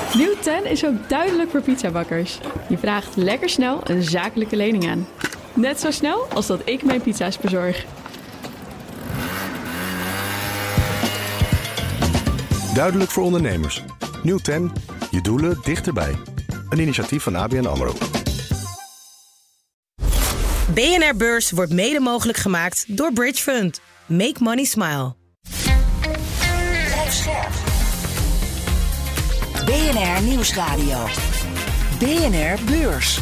Nieuw 10 is ook duidelijk voor pizzabakkers. Je vraagt lekker snel een zakelijke lening aan. Net zo snel als dat ik mijn pizza's bezorg. Duidelijk voor ondernemers. Nieuw 10, je doelen dichterbij. Een initiatief van ABN AMRO. BNR Beurs wordt mede mogelijk gemaakt door Bridge Fund. Make money smile. Blijf scherp. BNR Nieuwsradio. BNR Beurs.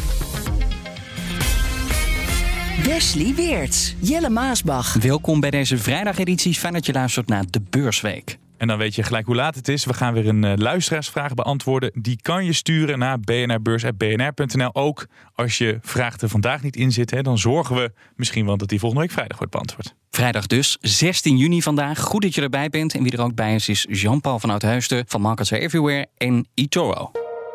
Wesley Weerts, Jelle Maasbach. Welkom bij deze vrijdageditie. Fijn dat je luistert naar de Beursweek. En dan weet je gelijk hoe laat het is. We gaan weer een luisteraarsvraag beantwoorden. Die kan je sturen naar bnrbeurs@bnr.nl. Ook als je vraag er vandaag niet in zit, dan zorgen we misschien wel dat die volgende week vrijdag wordt beantwoord. Vrijdag dus, 16 juni vandaag. Goed dat je erbij bent. En wie er ook bij is Jean-Paul van Oudheusden van Markets Are Everywhere en eToro.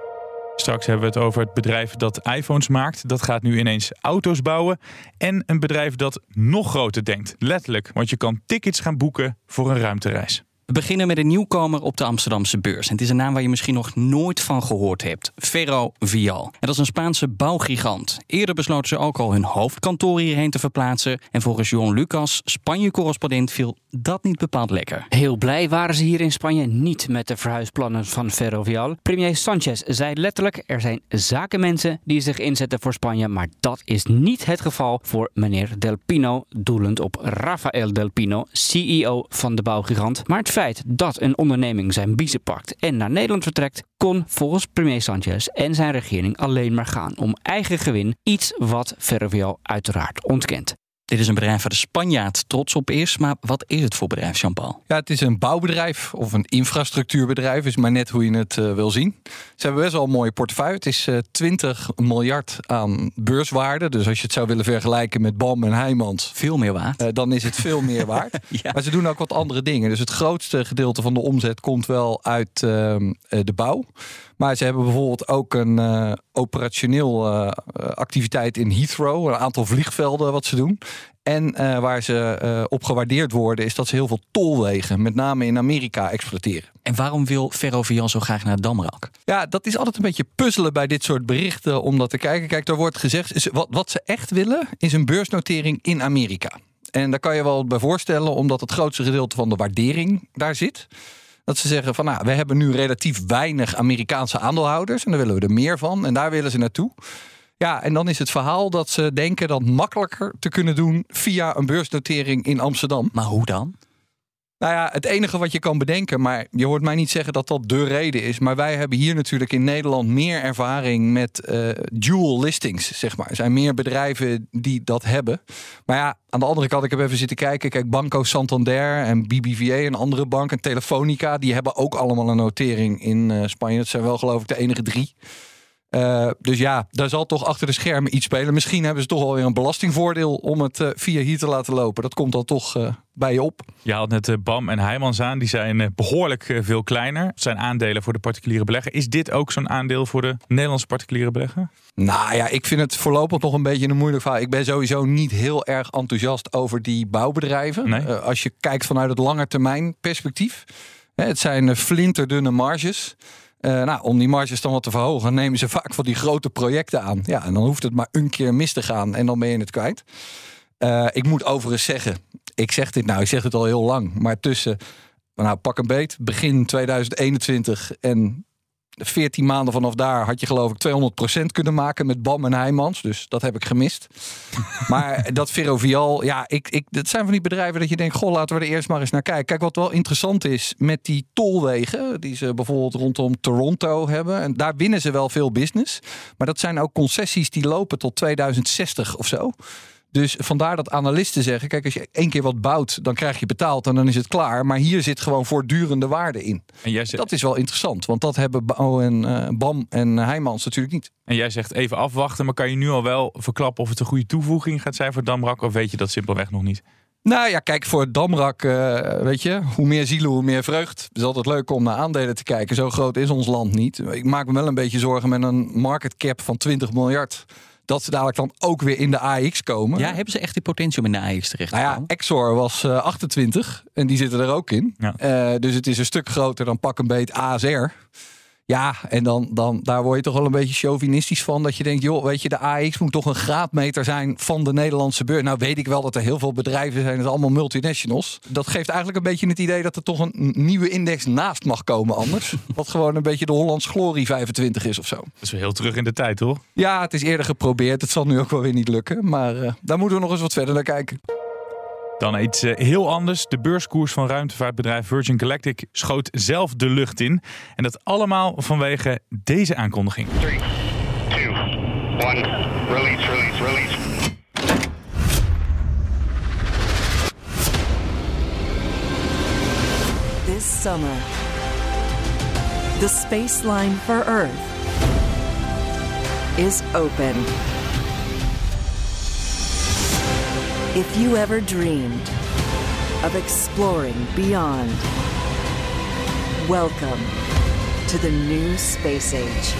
Straks hebben we het over het bedrijf dat iPhones maakt. Dat gaat nu ineens auto's bouwen. En een bedrijf dat nog groter denkt. Letterlijk, want je kan tickets gaan boeken voor een ruimtereis. We beginnen met een nieuwkomer op de Amsterdamse beurs. En het is een naam waar je misschien nog nooit van gehoord hebt. Ferrovial. En dat is een Spaanse bouwgigant. Eerder besloten ze ook al hun hoofdkantoor hierheen te verplaatsen. En volgens Jon Lucas, Spanje-correspondent, viel dat niet bepaald lekker. Heel blij waren ze hier in Spanje niet met de verhuisplannen van Ferrovial. Premier Sanchez zei letterlijk, er zijn zakenmensen die zich inzetten voor Spanje. Maar dat is niet het geval voor meneer Del Pino, doelend op Rafael Del Pino, CEO van de bouwgigant. Maar het feit dat een onderneming zijn biezen pakt en naar Nederland vertrekt, kon volgens premier Sanchez en zijn regering alleen maar gaan om eigen gewin. Iets wat Ferrovial uiteraard ontkent. Dit is een bedrijf waar de Spanjaard trots op is. Maar wat is het voor bedrijf, Jean-Paul? Ja, het is een bouwbedrijf of een infrastructuurbedrijf. Is maar net hoe je het wil zien. Ze hebben best wel een mooie portefeuille. Het is 20 miljard aan beurswaarde. Dus als je het zou willen vergelijken met BAM en Heijmans, veel meer waard. Dan is het veel meer waard. Ja. Maar ze doen ook wat andere dingen. Dus het grootste gedeelte van de omzet komt wel uit de bouw. Maar ze hebben bijvoorbeeld ook een operationeel activiteit in Heathrow. Een aantal vliegvelden wat ze doen. En waar ze op gewaardeerd worden is dat ze heel veel tolwegen, met name in Amerika, exploiteren. En waarom wil Ferrovial zo graag naar Damrak? Ja, dat is altijd een beetje puzzelen bij dit soort berichten om dat te kijken. Kijk, er wordt gezegd, wat ze echt willen is een beursnotering in Amerika. En daar kan je wel bij voorstellen, omdat het grootste gedeelte van de waardering daar zit. Dat ze zeggen van, we hebben nu relatief weinig Amerikaanse aandeelhouders en daar willen we er meer van en daar willen ze naartoe. Ja, en dan is het verhaal dat ze denken dat makkelijker te kunnen doen via een beursnotering in Amsterdam. Maar hoe dan? Nou ja, het enige wat je kan bedenken, maar je hoort mij niet zeggen dat dat de reden is. Maar wij hebben hier natuurlijk in Nederland meer ervaring met dual listings, zeg maar. Er zijn meer bedrijven die dat hebben. Maar ja, aan de andere kant, ik heb even zitten kijken. Kijk, Banco Santander en BBVA en andere banken, Telefonica, die hebben ook allemaal een notering in Spanje. Dat zijn wel geloof ik de enige 3. Dus ja, daar zal toch achter de schermen iets spelen. Misschien hebben ze toch alweer een belastingvoordeel om het via hier te laten lopen. Dat komt dan toch bij je op. Je haalt net BAM en Heijmans aan. Die zijn behoorlijk veel kleiner. Het zijn aandelen voor de particuliere belegger. Is dit ook zo'n aandeel voor de Nederlandse particuliere belegger? Nou ja, ik vind het voorlopig nog een beetje een moeilijk verhaal. Ik ben sowieso niet heel erg enthousiast over die bouwbedrijven. Nee? Als je kijkt vanuit het langetermijn perspectief. Het zijn flinterdunne marges. Om die marges dan wat te verhogen, nemen ze vaak van die grote projecten aan. Ja, en dan hoeft het maar een keer mis te gaan en dan ben je het kwijt. Ik moet overigens zeggen, ik zeg dit al heel lang, maar tussen, pak een beet, begin 2021 en 14 maanden vanaf daar had je geloof ik 200% kunnen maken met BAM en Heijmans. Dus dat heb ik gemist. Maar dat Ferrovial, ja, dat zijn van die bedrijven dat je denkt, goh, laten we er eerst maar eens naar kijken. Kijk, wat wel interessant is met die tolwegen, die ze bijvoorbeeld rondom Toronto hebben. En daar winnen ze wel veel business. Maar dat zijn ook concessies die lopen tot 2060 of zo. Dus vandaar dat analisten zeggen, kijk, als je 1 keer wat bouwt, dan krijg je betaald en dan is het klaar. Maar hier zit gewoon voortdurende waarde in. En jij zegt, dat is wel interessant, want dat hebben BAM en Heijmans natuurlijk niet. En jij zegt even afwachten, maar kan je nu al wel verklappen of het een goede toevoeging gaat zijn voor Damrak? Of weet je dat simpelweg nog niet? Nou ja, kijk, voor Damrak, weet je, hoe meer zielen, hoe meer vreugd. Het is altijd leuk om naar aandelen te kijken. Zo groot is ons land niet. Ik maak me wel een beetje zorgen met een market cap van 20 miljard... dat ze dadelijk dan ook weer in de AX komen. Ja, hebben ze echt die potentie om in de AX terecht te komen? Nou ja, Exor was 28 en die zitten er ook in. Ja. Dus het is een stuk groter dan pak een beet ASR. Ja, en dan daar word je toch wel een beetje chauvinistisch van. Dat je denkt, joh, weet je, de AX moet toch een graadmeter zijn van de Nederlandse beurs. Nou weet ik wel dat er heel veel bedrijven zijn, het allemaal multinationals. Dat geeft eigenlijk een beetje het idee dat er toch een nieuwe index naast mag komen anders. Wat gewoon een beetje de Hollands Glorie 25 is of zo. Dat is wel heel terug in de tijd, hoor. Ja, het is eerder geprobeerd. Het zal nu ook wel weer niet lukken. Maar daar moeten we nog eens wat verder naar kijken. Dan iets heel anders. De beurskoers van ruimtevaartbedrijf Virgin Galactic schoot zelf de lucht in. En dat allemaal vanwege deze aankondiging. 3, 2, 1, release. This summer, the space line for Earth is open. If you ever dreamed of exploring beyond, welcome to the new space age.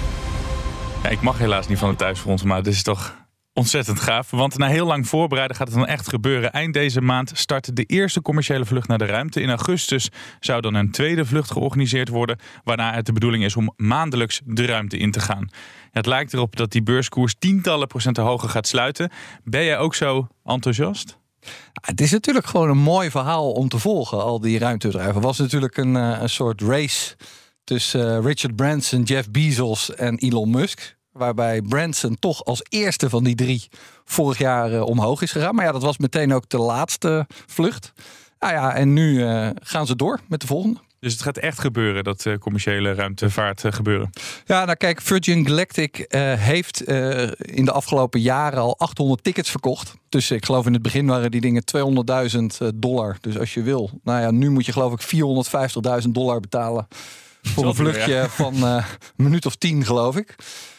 Ja, ik mag helaas niet van de thuisfront, maar dit is toch ontzettend gaaf. Want na heel lang voorbereiden gaat het dan echt gebeuren. Eind deze maand start de eerste commerciële vlucht naar de ruimte. In augustus zou dan een tweede vlucht georganiseerd worden, waarna het de bedoeling is om maandelijks de ruimte in te gaan. Het lijkt erop dat die beurskoers tientallen procenten hoger gaat sluiten. Ben jij ook zo enthousiast? Het is natuurlijk gewoon een mooi verhaal om te volgen, al die ruimtebedrijven. Het was natuurlijk een soort race tussen Richard Branson, Jeff Bezos en Elon Musk. Waarbij Branson toch als eerste van die 3 vorig jaar omhoog is gegaan. Maar ja, dat was meteen ook de laatste vlucht. Nou ja, en nu gaan ze door met de volgende. Dus het gaat echt gebeuren, dat commerciële ruimtevaart gebeuren? Ja, nou kijk, Virgin Galactic heeft in de afgelopen jaren al 800 tickets verkocht. Dus ik geloof in het begin waren die dingen $200.000. Dus als je wil, nou ja, nu moet je geloof ik $450.000 betalen voor een vluchtje van een minuut of 10, geloof ik.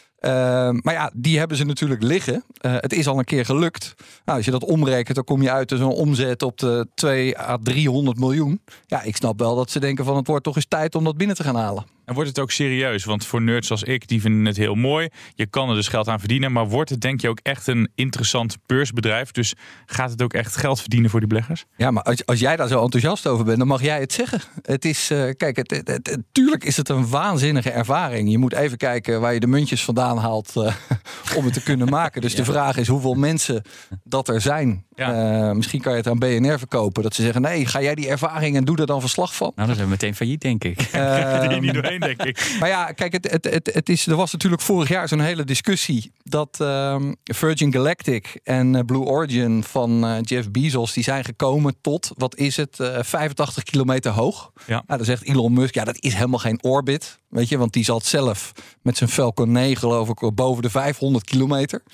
Maar ja, die hebben ze natuurlijk liggen. Het is al een keer gelukt. Nou, als je dat omrekent, dan kom je uit zo'n omzet op de 200 à 300 miljoen. Ja, ik snap wel dat ze denken van het wordt toch eens tijd om dat binnen te gaan halen. En wordt het ook serieus? Want voor nerds als ik, die vinden het heel mooi. Je kan er dus geld aan verdienen. Maar wordt het denk je ook echt een interessant beursbedrijf? Dus gaat het ook echt geld verdienen voor die beleggers? Ja, maar als jij daar zo enthousiast over bent, dan mag jij het zeggen. Het is, kijk, tuurlijk is het een waanzinnige ervaring. Je moet even kijken waar je de muntjes vandaan haalt om het te kunnen maken. Dus de vraag is hoeveel mensen dat er zijn. Ja. Misschien kan je het aan BNR verkopen. Dat ze zeggen, nee, ga jij die ervaring en doe er dan verslag van. Nou, dan zijn we meteen failliet, denk ik. Die niet doorheen, denk ik. Maar ja, kijk, er was natuurlijk vorig jaar zo'n hele discussie dat Virgin Galactic en Blue Origin van Jeff Bezos, die zijn gekomen tot, wat is het, 85 kilometer hoog. Ja. Nou, dan zegt Elon Musk, ja, dat is helemaal geen orbit. Weet je, want die zat zelf met zijn Falcon 9, geloof ik, boven de 500 kilometer.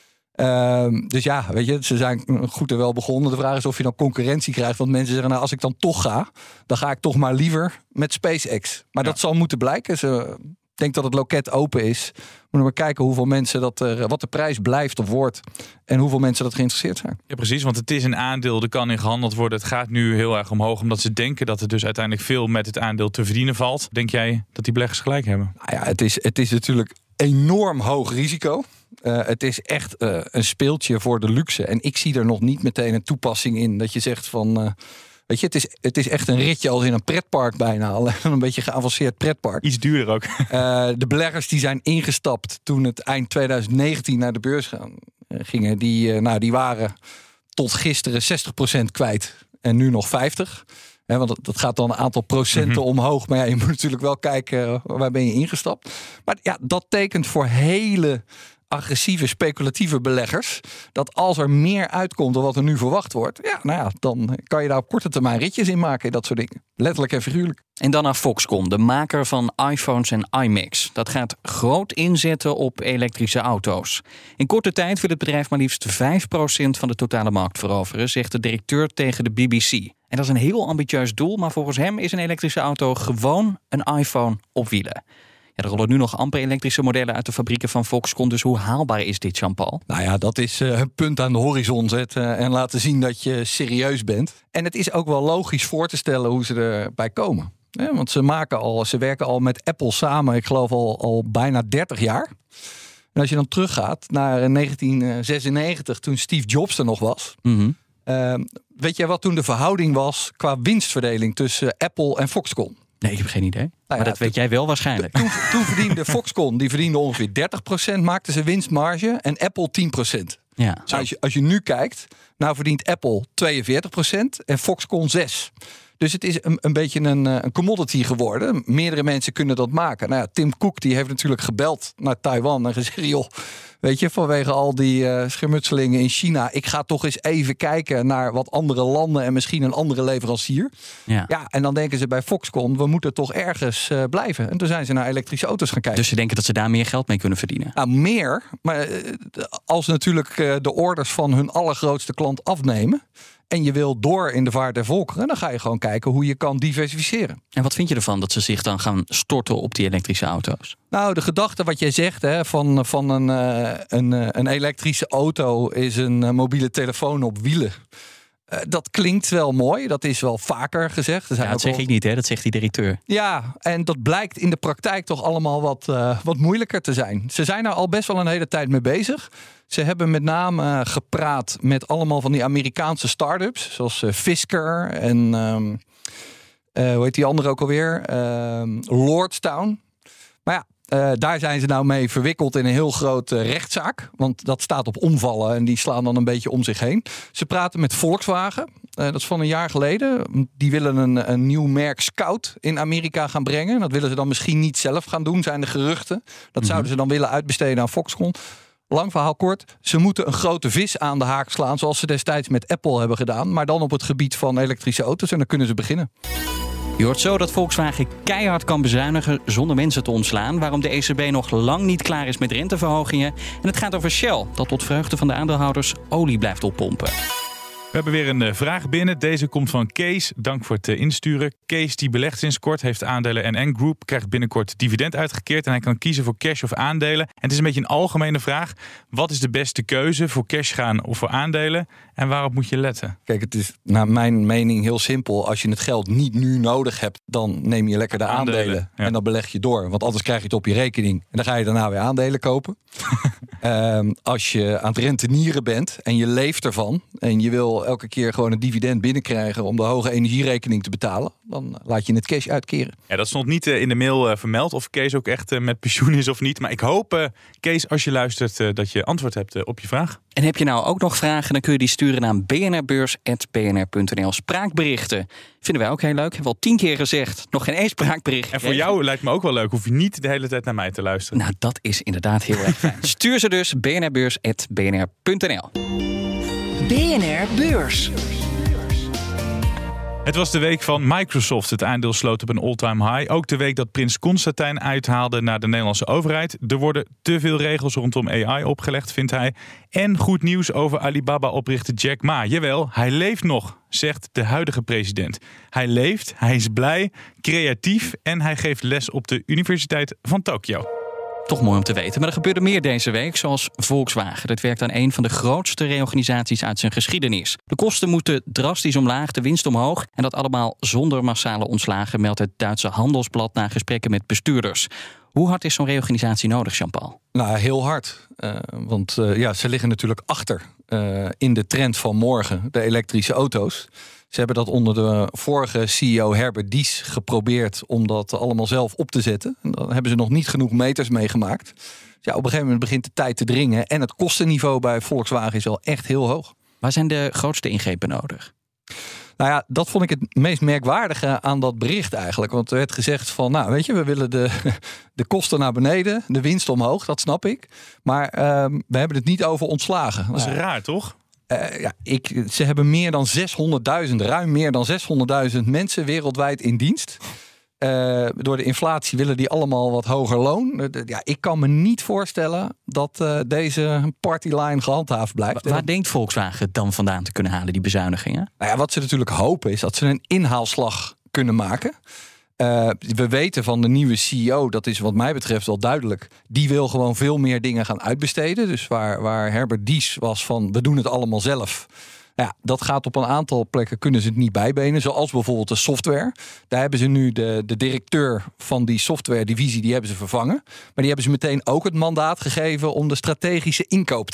Dus ja, weet je, ze zijn goed en wel begonnen. De vraag is of je dan concurrentie krijgt. Want mensen zeggen, nou, als ik dan toch ga, dan ga ik toch maar liever met SpaceX. Maar dat zal moeten blijken. Ik denk dat het loket open is. Moeten we kijken hoeveel mensen wat de prijs blijft of wordt. En hoeveel mensen dat geïnteresseerd zijn. Ja, precies, want het is een aandeel, er kan in gehandeld worden. Het gaat nu heel erg omhoog, omdat ze denken dat er dus uiteindelijk veel met het aandeel te verdienen valt. Denk jij dat die beleggers gelijk hebben? Nou ja, het is natuurlijk enorm hoog risico. Het is echt een speeltje voor de luxe. En ik zie er nog niet meteen een toepassing in dat je zegt van, weet je, het is echt een ritje als in een pretpark bijna. Alleen een beetje geavanceerd pretpark. Iets duurder ook. De beleggers die zijn ingestapt toen het eind 2019 naar de beurs gingen. Die waren tot gisteren 60% kwijt. En nu nog 50%. Want dat gaat dan een aantal procenten omhoog. Maar ja, je moet natuurlijk wel kijken waar ben je ingestapt. Maar ja, dat tekent voor hele agressieve, speculatieve beleggers, dat als er meer uitkomt dan wat er nu verwacht wordt, ja, nou ja, dan kan je daar op korte termijn ritjes in maken, dat soort dingen. Letterlijk en figuurlijk. En dan naar Foxconn, de maker van iPhones en iMacs. Dat gaat groot inzetten op elektrische auto's. In korte tijd wil het bedrijf maar liefst 5% van de totale markt veroveren, zegt de directeur tegen de BBC. En dat is een heel ambitieus doel, maar volgens hem is een elektrische auto gewoon een iPhone op wielen. Ja, er rollen nu nog amper elektrische modellen uit de fabrieken van Foxconn. Dus hoe haalbaar is dit, Jean-Paul? Nou ja, dat is een punt aan de horizon zetten en laten zien dat je serieus bent. En het is ook wel logisch voor te stellen hoe ze erbij komen. Ja, want ze werken al met Apple samen, ik geloof al bijna 30 jaar. En als je dan teruggaat naar 1996, toen Steve Jobs er nog was. Weet jij wat toen de verhouding was qua winstverdeling tussen Apple en Foxconn? Nee, ik heb geen idee. Maar dat weet jij wel waarschijnlijk. Toen verdiende Foxconn, die verdiende ongeveer 30%, maakte ze winstmarge en Apple 10%. Ja. Als je nu kijkt, nou verdient Apple 42% en Foxconn 6%. Dus het is een beetje een commodity geworden. Meerdere mensen kunnen dat maken. Nou ja, Tim Cook die heeft natuurlijk gebeld naar Taiwan en gezegd, joh, weet je, vanwege al die schermutselingen in China, ik ga toch eens even kijken naar wat andere landen en misschien een andere leverancier. Ja, en dan denken ze bij Foxconn, we moeten toch ergens blijven. En toen zijn ze naar elektrische auto's gaan kijken. Dus ze denken dat ze daar meer geld mee kunnen verdienen? Nou, meer. Maar als natuurlijk de orders van hun allergrootste klant afnemen en je wil door in de vaart der volkeren, dan ga je gewoon kijken hoe je kan diversificeren. En wat vind je ervan dat ze zich dan gaan storten op die elektrische auto's? Nou, de gedachte wat jij zegt, hè, van een elektrische auto is een mobiele telefoon op wielen. Dat klinkt wel mooi, dat is wel vaker gezegd. Dat zeg ik niet, hè? Dat zegt die directeur. Ja, en dat blijkt in de praktijk toch allemaal wat moeilijker te zijn. Ze zijn er al best wel een hele tijd mee bezig. Ze hebben met name gepraat met allemaal van die Amerikaanse start-ups, zoals Fisker en hoe heet die andere ook alweer? Lordstown. Maar ja, daar zijn ze nou mee verwikkeld in een heel grote rechtszaak. Want dat staat op omvallen en die slaan dan een beetje om zich heen. Ze praten met Volkswagen. Dat is van een jaar geleden. Die willen een nieuw merk Scout in Amerika gaan brengen. Dat willen ze dan misschien niet zelf gaan doen, zijn de geruchten. Dat zouden ze dan willen uitbesteden aan Foxconn. Lang verhaal kort, ze moeten een grote vis aan de haak slaan, zoals ze destijds met Apple hebben gedaan. Maar dan op het gebied van elektrische auto's en dan kunnen ze beginnen. Je hoort zo dat Volkswagen keihard kan bezuinigen zonder mensen te ontslaan. Waarom de ECB nog lang niet klaar is met renteverhogingen. En het gaat over Shell, dat tot vreugde van de aandeelhouders olie blijft oppompen. We hebben weer een vraag binnen. Deze komt van Kees. Dank voor het insturen. Kees die belegt sinds kort, heeft aandelen NN Group, krijgt binnenkort dividend uitgekeerd en hij kan kiezen voor cash of aandelen. En het is een beetje een algemene vraag. Wat is de beste keuze, voor cash gaan of voor aandelen? En waarop moet je letten? Kijk, het is naar mijn mening heel simpel. Als je het geld niet nu nodig hebt, dan neem je lekker de aandelen. Ja. En dan beleg je door. Want anders krijg je het op je rekening. En dan ga je daarna weer aandelen kopen. Als je aan het rentenieren bent en je leeft ervan en je wil elke keer gewoon een dividend binnenkrijgen om de hoge energierekening te betalen, dan laat je het cash uitkeren. Ja, dat stond niet in de mail vermeld of Kees ook echt met pensioen is of niet. Maar ik hoop, Kees, als je luistert, dat je antwoord hebt op je vraag. En heb je nou ook nog vragen, dan kun je die sturen naar bnrbeurs@bnr.nl. Spraakberichten vinden wij ook heel leuk. Hebben we al 10 keer gezegd. Nog geen één spraakbericht. En voor jou lijkt me ook wel leuk. Hoef je niet de hele tijd naar mij te luisteren. Nou, dat is inderdaad heel erg fijn. Stuur ze dus bnrbeurs@bnr.nl. BNR Beurs. Het was de week van Microsoft. Het aandeel sloot op een all-time high. Ook de week dat Prins Constantijn uithaalde naar de Nederlandse overheid. Er worden te veel regels rondom AI opgelegd, vindt hij. En goed nieuws over Alibaba-oprichter Jack Ma. Jawel, hij leeft nog, zegt de huidige president. Hij leeft, hij is blij, creatief en hij geeft les op de Universiteit van Tokio. Toch mooi om te weten. Maar er gebeurde meer deze week, zoals Volkswagen. Dat werkt aan een van de grootste reorganisaties uit zijn geschiedenis. De kosten moeten drastisch omlaag, de winst omhoog. En dat allemaal zonder massale ontslagen, meldt het Duitse Handelsblad na gesprekken met bestuurders. Hoe hard is zo'n reorganisatie nodig, Jean-Paul? Nou, heel hard. Want ze liggen natuurlijk achter in de trend van morgen, de elektrische auto's. Ze hebben dat onder de vorige CEO Herbert Diess geprobeerd om dat allemaal zelf op te zetten. En dan hebben ze nog niet genoeg meters meegemaakt. Dus ja, op een gegeven moment begint de tijd te dringen. En het kostenniveau bij Volkswagen is wel echt heel hoog. Waar zijn de grootste ingrepen nodig? Nou ja, dat vond ik het meest merkwaardige aan dat bericht eigenlijk. Want er werd gezegd van, nou weet je, we willen de kosten naar beneden, de winst omhoog, dat snap ik. Maar we hebben het niet over ontslagen. Dat is raar, toch? Ze hebben ruim meer dan 600.000 mensen wereldwijd in dienst. Door de inflatie willen die allemaal wat hoger loon. Ik kan me niet voorstellen dat deze partyline gehandhaafd blijft. Waar denkt Volkswagen dan vandaan te kunnen halen, die bezuinigingen? Nou ja, wat ze natuurlijk hopen is dat ze een inhaalslag kunnen maken. We weten van de nieuwe CEO, dat is wat mij betreft wel duidelijk. Die wil gewoon veel meer dingen gaan uitbesteden. Dus waar Herbert Diess was van, we doen het allemaal zelf. Ja, dat gaat op een aantal plekken, kunnen ze het niet bijbenen. Zoals bijvoorbeeld de software. Daar hebben ze nu de directeur van die software divisie, die hebben ze vervangen. Maar die hebben ze meteen ook het mandaat gegeven om de strategische inkoop te doen.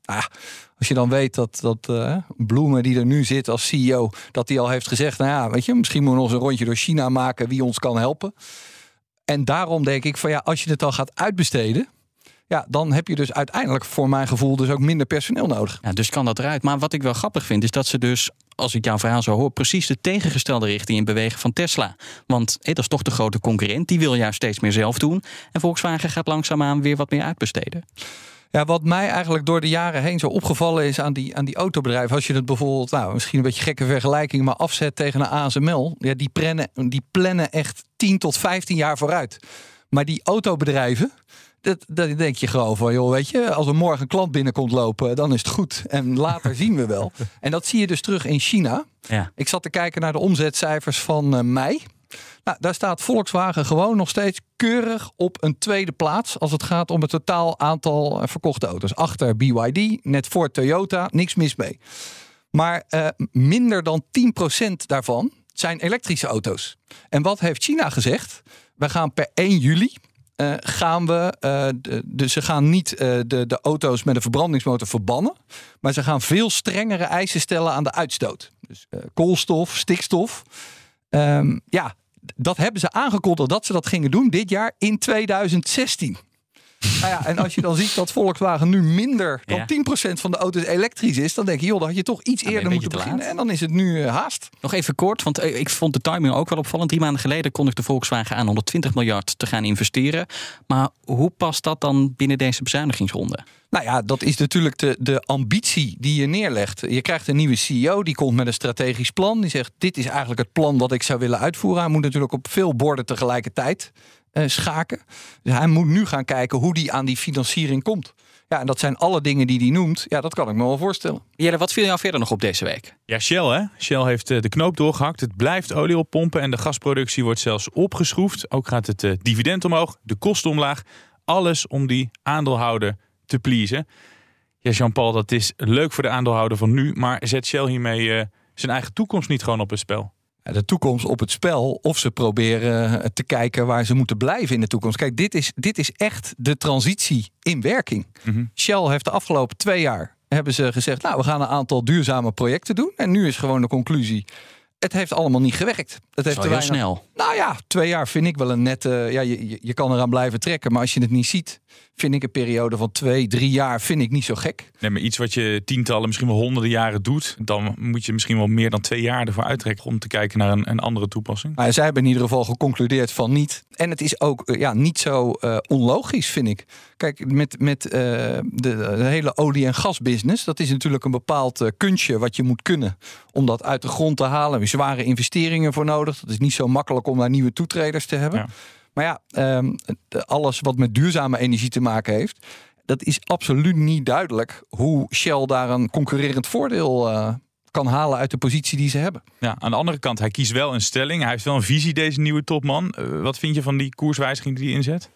Als je dan weet dat Bloemen, die er nu zit als CEO, dat hij al heeft gezegd, misschien moeten we nog eens een rondje door China maken wie ons kan helpen. En daarom denk ik van als je het dan gaat uitbesteden, dan heb je dus uiteindelijk voor mijn gevoel dus ook minder personeel nodig. Ja, dus kan dat eruit. Maar wat ik wel grappig vind is dat ze dus, als ik jouw verhaal zo hoor, precies de tegengestelde richting in bewegen van Tesla. Want dat is toch de grote concurrent. Die wil juist steeds meer zelf doen. En Volkswagen gaat langzaamaan weer wat meer uitbesteden. Ja, wat mij eigenlijk door de jaren heen zo opgevallen is aan die autobedrijven. Als je het bijvoorbeeld, misschien een beetje gekke vergelijking, maar afzet tegen een ASML. Ja, die plannen echt 10 tot 15 jaar vooruit. Maar die autobedrijven, dat denk je gewoon van, joh, weet je, als er morgen een klant binnenkomt lopen, dan is het goed. En later zien we wel. En dat zie je dus terug in China. Ja. Ik zat te kijken naar de omzetcijfers van mei. Nou, daar staat Volkswagen gewoon nog steeds keurig op een tweede plaats als het gaat om het totaal aantal verkochte auto's. Achter BYD, net voor Toyota, niks mis mee. Maar minder dan 10% daarvan zijn elektrische auto's. En wat heeft China gezegd? We gaan per 1 juli... dus ze gaan niet de auto's met een verbrandingsmotor verbannen, maar ze gaan veel strengere eisen stellen aan de uitstoot. Dus koolstof, stikstof. Dat hebben ze aangekondigd dat ze dat gingen doen dit jaar in 2016. En als je dan ziet dat Volkswagen nu minder dan 10% van de auto's elektrisch is, dan denk je, joh, dan had je toch iets eerder moeten beginnen. Laat. En dan is het nu haast. Nog even kort, want ik vond de timing ook wel opvallend. 3 maanden geleden kondigde Volkswagen aan 120 miljard te gaan investeren. Maar hoe past dat dan binnen deze bezuinigingsronde? Dat is natuurlijk de ambitie die je neerlegt. Je krijgt een nieuwe CEO, die komt met een strategisch plan. Die zegt, dit is eigenlijk het plan wat ik zou willen uitvoeren. Hij moet natuurlijk op veel borden tegelijkertijd schaken. Dus hij moet nu gaan kijken hoe die aan die financiering komt. Ja, en dat zijn alle dingen die hij noemt. Ja, dat kan ik me wel voorstellen. Jelle, wat viel jou verder nog op deze week? Ja, Shell, hè? Shell heeft de knoop doorgehakt. Het blijft olie oppompen en de gasproductie wordt zelfs opgeschroefd. Ook gaat het dividend omhoog, de kosten omlaag. Alles om die aandeelhouder te pleasen. Ja, Jean-Paul, dat is leuk voor de aandeelhouder van nu, maar zet Shell hiermee zijn eigen toekomst niet gewoon op het spel? De toekomst op het spel, of ze proberen te kijken waar ze moeten blijven in de toekomst. Kijk, dit is echt de transitie in werking. Mm-hmm. Shell heeft de afgelopen 2 jaar hebben ze gezegd, we gaan een aantal duurzame projecten doen. En nu is gewoon de conclusie, het heeft allemaal niet gewerkt. Het heeft heel snel. 2 jaar vind ik wel een nette... Je kan eraan blijven trekken, maar als je het niet ziet, vind ik een periode van 2-3 jaar vind ik niet zo gek. Nee, maar iets wat je tientallen, misschien wel honderden jaren doet, dan moet je misschien wel meer dan 2 jaar ervoor uittrekken om te kijken naar een andere toepassing. Maar zij hebben in ieder geval geconcludeerd van niet. En het is ook niet zo onlogisch, vind ik. Kijk, met de hele olie- en gasbusiness, dat is natuurlijk een bepaald kunstje wat je moet kunnen om dat uit de grond te halen. Daar heb je zware investeringen voor nodig. Dat is niet zo makkelijk om daar nieuwe toetreders te hebben. Ja. Maar alles wat met duurzame energie te maken heeft, dat is absoluut niet duidelijk hoe Shell daar een concurrerend voordeel kan halen uit de positie die ze hebben. Ja, aan de andere kant, hij kiest wel een stelling. Hij heeft wel een visie, deze nieuwe topman. Wat vind je van die koerswijziging die hij inzet?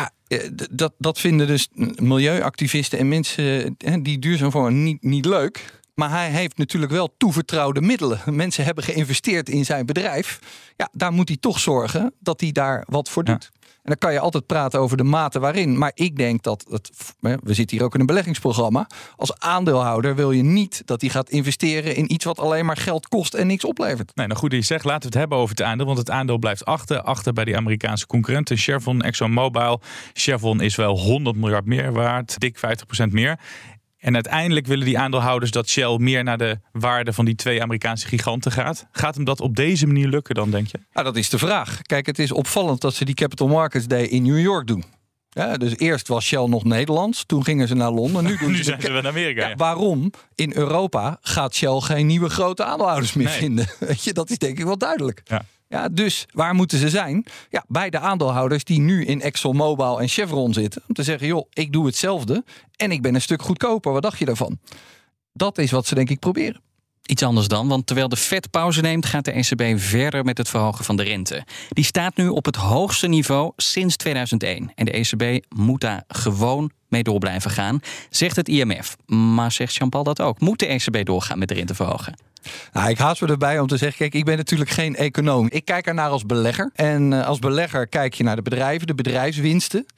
Dat vinden dus milieuactivisten en mensen die duurzaam vormen niet leuk. Maar hij heeft natuurlijk wel toevertrouwde middelen. Mensen hebben geïnvesteerd in zijn bedrijf. Ja, daar moet hij toch zorgen dat hij daar wat voor doet. Ja. En dan kan je altijd praten over de mate waarin. Maar ik denk we zitten hier ook in een beleggingsprogramma. Als aandeelhouder wil je niet dat hij gaat investeren in iets wat alleen maar geld kost en niks oplevert. Nee, nou goed dat je zegt, laten we het hebben over het aandeel. Want het aandeel blijft achter bij die Amerikaanse concurrenten. Chevron, ExxonMobil. Chevron is wel 100 miljard meer waard. Dik 50% meer. En uiteindelijk willen die aandeelhouders dat Shell meer naar de waarde van die 2 Amerikaanse giganten gaat. Gaat hem dat op deze manier lukken dan, denk je? Dat is de vraag. Kijk, het is opvallend dat ze die Capital Markets Day in New York doen. Ja, dus eerst was Shell nog Nederlands, toen gingen ze naar Londen. Nu zijn ze naar Amerika. Ja, waarom? In Europa gaat Shell geen nieuwe grote aandeelhouders meer vinden. Weet je, dat is denk ik wel duidelijk. Ja, dus waar moeten ze zijn? Ja, bij de aandeelhouders die nu in ExxonMobil en Chevron zitten. Om te zeggen, joh, ik doe hetzelfde en ik ben een stuk goedkoper. Wat dacht je daarvan? Dat is wat ze denk ik proberen. Iets anders dan, want terwijl de Fed pauze neemt, gaat de ECB verder met het verhogen van de rente. Die staat nu op het hoogste niveau sinds 2001. En de ECB moet daar gewoon mee door blijven gaan, zegt het IMF. Maar zegt Jean-Paul dat ook? Moet de ECB doorgaan met de rente verhogen? Ik haast me erbij om te zeggen, kijk, ik ben natuurlijk geen econoom. Ik kijk ernaar als belegger. En als belegger kijk je naar de bedrijven, de bedrijfswinsten.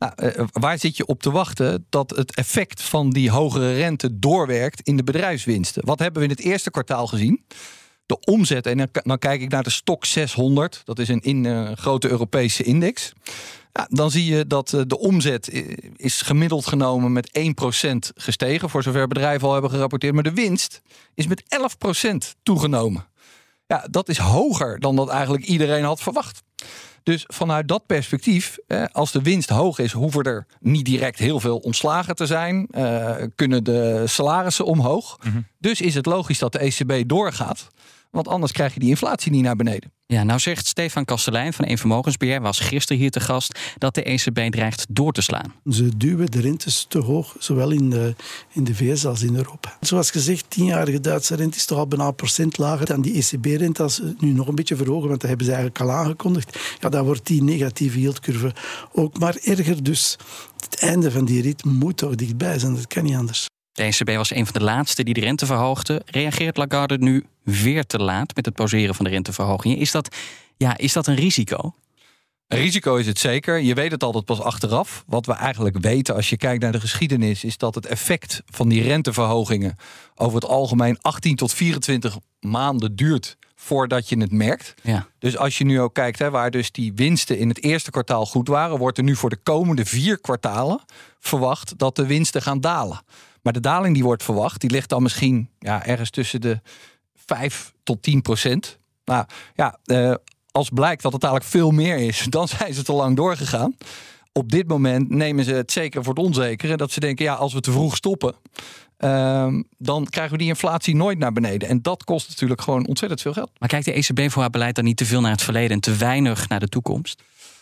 Waar zit je op te wachten dat het effect van die hogere rente doorwerkt in de bedrijfswinsten? Wat hebben we in het eerste kwartaal gezien? De omzet, en dan kijk ik naar de Stoxx 600, dat is een grote Europese index. Ja, dan zie je dat de omzet is gemiddeld genomen met 1% gestegen, voor zover bedrijven al hebben gerapporteerd. Maar de winst is met 11% toegenomen. Ja, dat is hoger dan dat eigenlijk iedereen had verwacht. Dus vanuit dat perspectief, als de winst hoog is, hoeven er niet direct heel veel ontslagen te zijn. Kunnen de salarissen omhoog. Mm-hmm. Dus is het logisch dat de ECB doorgaat. Want anders krijg je die inflatie niet naar beneden. Ja, nou zegt Stefan Kastelein van Eén Vermogensbeheer, was gisteren hier te gast, dat de ECB dreigt door te slaan. Ze duwen de rentes te hoog, zowel in de VS als in Europa. Zoals gezegd, 10-jarige Duitse rente is toch al bijna % lager dan die ECB-rente. Als ze nu nog een beetje verhogen, want dat hebben ze eigenlijk al aangekondigd. Ja, dan wordt die negatieve yieldcurve ook maar erger. Dus het einde van die rit moet toch dichtbij zijn, dat kan niet anders. De ECB was een van de laatste die de rente verhoogde. Reageert Lagarde nu weer te laat met het pauzeren van de renteverhogingen? Is dat een risico? Een risico is het zeker. Je weet het altijd pas achteraf. Wat we eigenlijk weten als je kijkt naar de geschiedenis, is dat het effect van die renteverhogingen over het algemeen 18 tot 24 maanden duurt voordat je het merkt. Ja. Dus als je nu ook kijkt waar dus die winsten in het eerste kwartaal goed waren, wordt er nu voor de komende 4 kwartalen verwacht dat de winsten gaan dalen. Maar de daling die wordt verwacht, die ligt dan misschien ergens tussen de 5 tot 10%. Nou ja, als blijkt dat het eigenlijk veel meer is, dan zijn ze te lang doorgegaan. Op dit moment nemen ze het zeker voor het onzekere. Dat ze denken, als we te vroeg stoppen, dan krijgen we die inflatie nooit naar beneden. En dat kost natuurlijk gewoon ontzettend veel geld. Maar kijkt de ECB voor haar beleid dan niet te veel naar het verleden en te weinig naar de toekomst?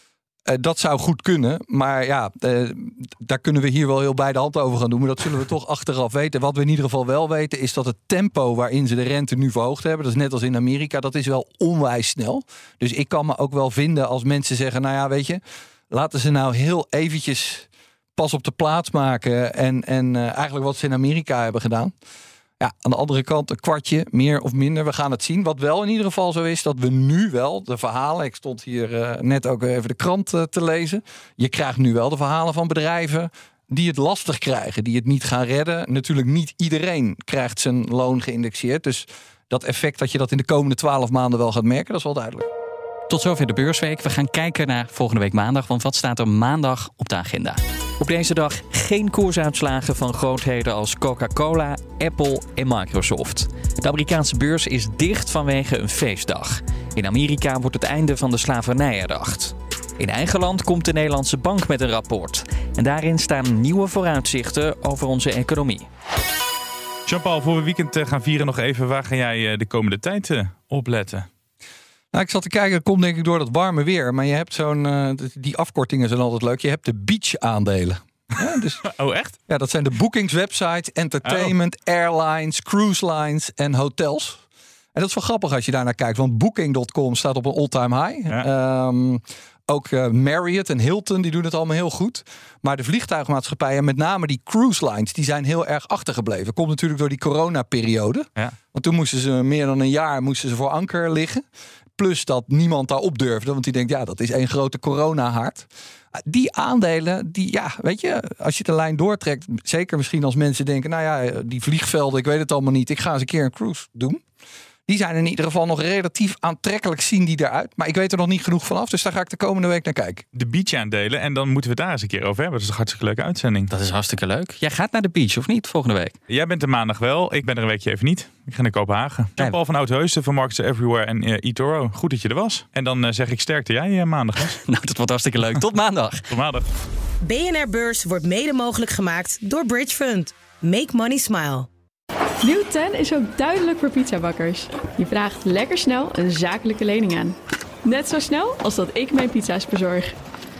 Dat zou goed kunnen, maar daar kunnen we hier wel heel bij de hand over gaan doen. Maar dat zullen we toch achteraf weten. Wat we in ieder geval wel weten is dat het tempo waarin ze de rente nu verhoogd hebben, dat is net als in Amerika, dat is wel onwijs snel. Dus ik kan me ook wel vinden als mensen zeggen, weet je, laten ze nou heel eventjes pas op de plaats maken en eigenlijk wat ze in Amerika hebben gedaan. Ja, aan de andere kant een kwartje, meer of minder. We gaan het zien. Wat wel in ieder geval zo is, dat we nu wel de verhalen... Ik stond hier net ook even de krant te lezen. Je krijgt nu wel de verhalen van bedrijven die het lastig krijgen. Die het niet gaan redden. Natuurlijk niet iedereen krijgt zijn loon geïndexeerd. Dus dat effect dat je dat in de komende 12 maanden wel gaat merken, dat is wel duidelijk. Tot zover de beursweek. We gaan kijken naar volgende week maandag. Want wat staat er maandag op de agenda? Op deze dag geen koersuitslagen van grootheden als Coca-Cola, Apple en Microsoft. De Amerikaanse beurs is dicht vanwege een feestdag. In Amerika wordt het einde van de slavernij herdacht. In eigen land komt de Nederlandse bank met een rapport. En daarin staan nieuwe vooruitzichten over onze economie. Jean-Paul, voor we weekend gaan vieren nog even. Waar ga jij de komende tijd op letten? Nou, ik zat te kijken, dat komt denk ik door dat warme weer. Maar je hebt die afkortingen zijn altijd leuk. Je hebt de beach-aandelen. Ja, dus, oh, echt? Ja, dat zijn de boekingswebsites, entertainment, airlines, cruise lines en hotels. En dat is wel grappig als je daarnaar kijkt. Want Booking.com staat op een all-time high. Ja. Ook Marriott en Hilton, die doen het allemaal heel goed. Maar de vliegtuigmaatschappijen, met name die cruise lines, die zijn heel erg achtergebleven. Komt natuurlijk door die coronaperiode. Ja. Want toen moesten ze meer dan een jaar voor anker liggen. Plus dat niemand daarop durfde. Want die denkt, dat is één grote corona-haard. Die aandelen, weet je, als je de lijn doortrekt, zeker misschien als mensen denken, die vliegvelden, ik weet het allemaal niet, ik ga eens een keer een cruise doen. Die zijn in ieder geval nog relatief aantrekkelijk, zien die eruit. Maar ik weet er nog niet genoeg vanaf, dus daar ga ik de komende week naar kijken. De beach aandelen, en dan moeten we het daar eens een keer over hebben. Dat is een hartstikke leuke uitzending. Dat is hartstikke leuk. Jij gaat naar de beach, of niet, volgende week? Jij bent er maandag wel, ik ben er een weekje even niet. Ik ga naar Kopenhagen. Jean-Paul van Oudheusden van Markets Everywhere en eToro. Goed dat je er was. En dan zeg ik sterkte jij maandag. Nou, dat wordt hartstikke leuk. Tot maandag. Tot maandag. BNR Beurs wordt mede mogelijk gemaakt door Bridge Fund. Make money smile. Nieuw 10 is ook duidelijk voor pizzabakkers. Je vraagt lekker snel een zakelijke lening aan. Net zo snel als dat ik mijn pizza's bezorg.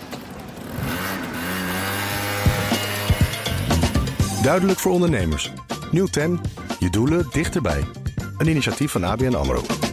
Duidelijk voor ondernemers. Nieuw 10, je doelen dichterbij. Een initiatief van ABN AMRO.